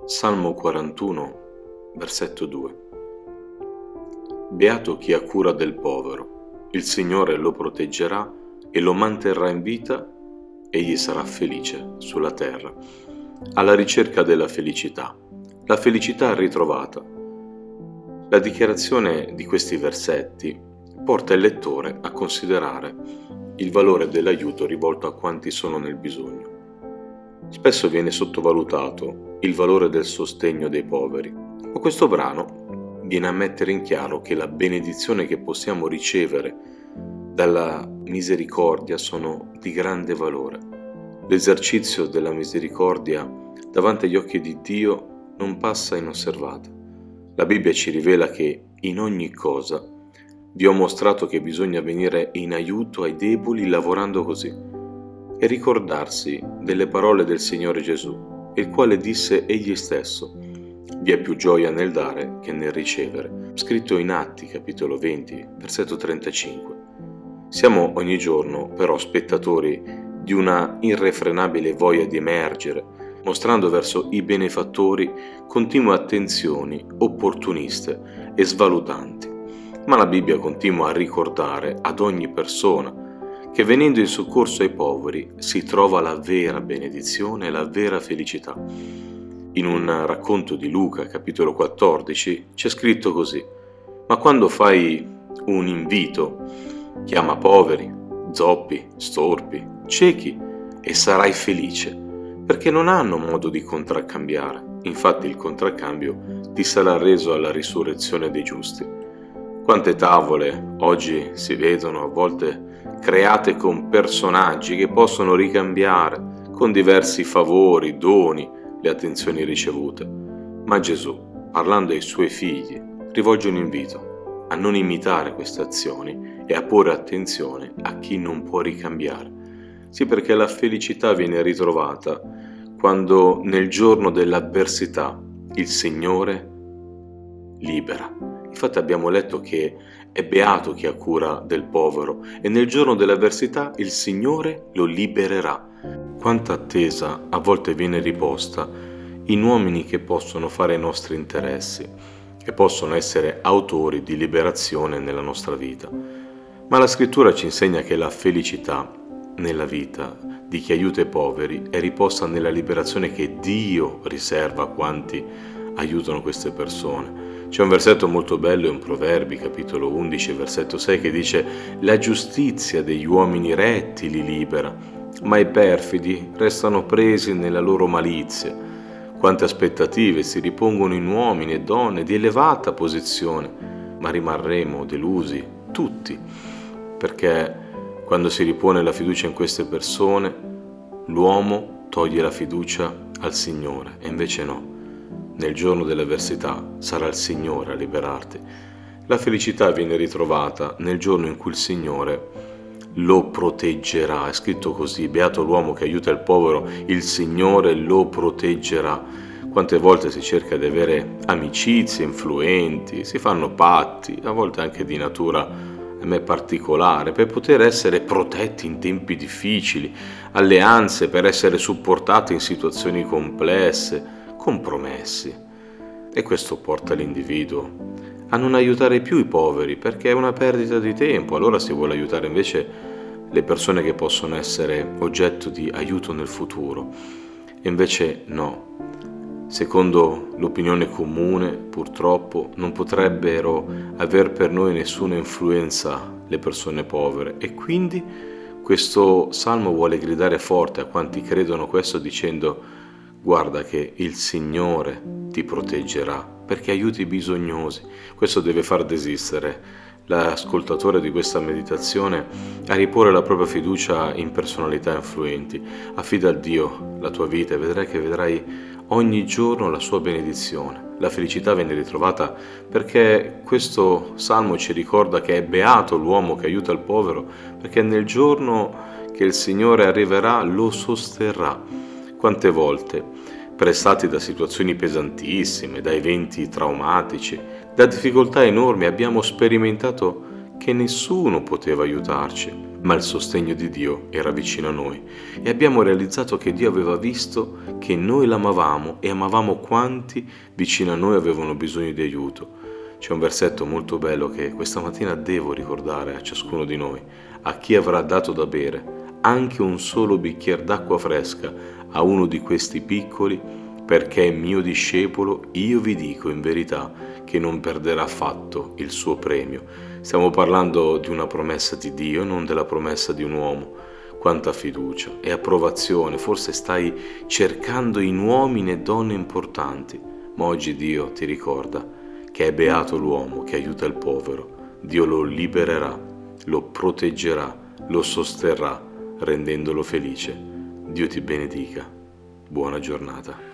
Salmo 41, versetto 2. Beato chi ha cura del povero, il Signore lo proteggerà e lo manterrà in vita, egli sarà felice sulla terra. Alla ricerca della felicità, la felicità ritrovata. La dichiarazione di questi versetti porta il lettore a considerare il valore dell'aiuto rivolto a quanti sono nel bisogno. Spesso viene sottovalutato il valore del sostegno dei poveri, ma questo brano viene a mettere in chiaro che la benedizione che possiamo ricevere dalla misericordia sono di grande valore. L'esercizio della misericordia davanti agli occhi di Dio non passa inosservata. La Bibbia ci rivela che in ogni cosa vi ho mostrato che bisogna venire in aiuto ai deboli lavorando così, e ricordarsi delle parole del Signore Gesù, il quale disse egli stesso: vi è più gioia nel dare che nel ricevere, scritto in Atti capitolo 20 versetto 35. Siamo ogni giorno però spettatori di una irrefrenabile voglia di emergere, mostrando verso i benefattori continue attenzioni opportuniste e svalutanti. Ma la Bibbia continua a ricordare ad ogni persona che venendo in soccorso ai poveri si trova la vera benedizione e la vera felicità. In un racconto di Luca, capitolo 14, c'è scritto così: ma quando fai un invito, chiama poveri, zoppi, storpi, ciechi e sarai felice, perché non hanno modo di contraccambiare. Infatti il contraccambio ti sarà reso alla risurrezione dei giusti. Quante tavole oggi si vedono a volte create con personaggi che possono ricambiare con diversi favori, doni, le attenzioni ricevute. Ma Gesù, parlando ai suoi figli, rivolge un invito a non imitare queste azioni e a porre attenzione a chi non può ricambiare. Sì, perché la felicità viene ritrovata quando nel giorno dell'avversità il Signore libera. Infatti abbiamo letto che è beato chi ha cura del povero e nel giorno dell'avversità il Signore lo libererà. Quanta attesa a volte viene riposta in uomini che possono fare i nostri interessi, che possono essere autori di liberazione nella nostra vita. Ma la Scrittura ci insegna che la felicità nella vita di chi aiuta i poveri è riposta nella liberazione che Dio riserva a quanti aiutano queste persone. C'è un versetto molto bello in Proverbi, capitolo 11, versetto 6, che dice: la giustizia degli uomini retti li libera, ma i perfidi restano presi nella loro malizia. Quante aspettative si ripongono in uomini e donne di elevata posizione, ma rimarremo delusi tutti, perché quando si ripone la fiducia in queste persone, l'uomo toglie la fiducia al Signore, e invece no. Nel giorno dell'avversità sarà il Signore a liberarti. La felicità viene ritrovata nel giorno in cui il Signore lo proteggerà. È scritto così: beato l'uomo che aiuta il povero, il Signore lo proteggerà. Quante volte si cerca di avere amicizie influenti, si fanno patti, a volte anche di natura a me particolare, per poter essere protetti in tempi difficili, alleanze per essere supportati in situazioni complesse, compromessi. E questo porta l'individuo a non aiutare più i poveri, perché è una perdita di tempo. Allora si vuole aiutare invece le persone che possono essere oggetto di aiuto nel futuro. E invece no. Secondo l'opinione comune, purtroppo, non potrebbero aver per noi nessuna influenza le persone povere, e quindi questo salmo vuole gridare forte a quanti credono questo, dicendo: guarda che il Signore ti proteggerà perché aiuti i bisognosi. Questo deve far desistere l'ascoltatore di questa meditazione a riporre la propria fiducia in personalità influenti. Affida a Dio la tua vita e vedrai che vedrai ogni giorno la sua benedizione. La felicità viene ritrovata perché questo salmo ci ricorda che è beato l'uomo che aiuta il povero, perché nel giorno che il Signore arriverà lo sosterrà. Quante volte, pressati da situazioni pesantissime, da eventi traumatici, da difficoltà enormi, abbiamo sperimentato che nessuno poteva aiutarci. ma il sostegno di Dio era vicino a noi e abbiamo realizzato che Dio aveva visto che noi l'amavamo e amavamo quanti vicino a noi avevano bisogno di aiuto. C'è un versetto molto bello che questa mattina devo ricordare a ciascuno di noi: a chi avrà dato da bere anche un solo bicchiere d'acqua fresca a uno di questi piccoli, perché è mio discepolo, io vi dico in verità che non perderà affatto il suo premio. Stiamo parlando di una promessa di Dio, non della promessa di un uomo. Quanta fiducia e approvazione, forse stai cercando in uomini e donne importanti, ma oggi Dio ti ricorda che è beato l'uomo che aiuta il povero. Dio lo libererà, lo proteggerà, lo sosterrà, rendendolo felice. Dio ti benedica. Buona giornata.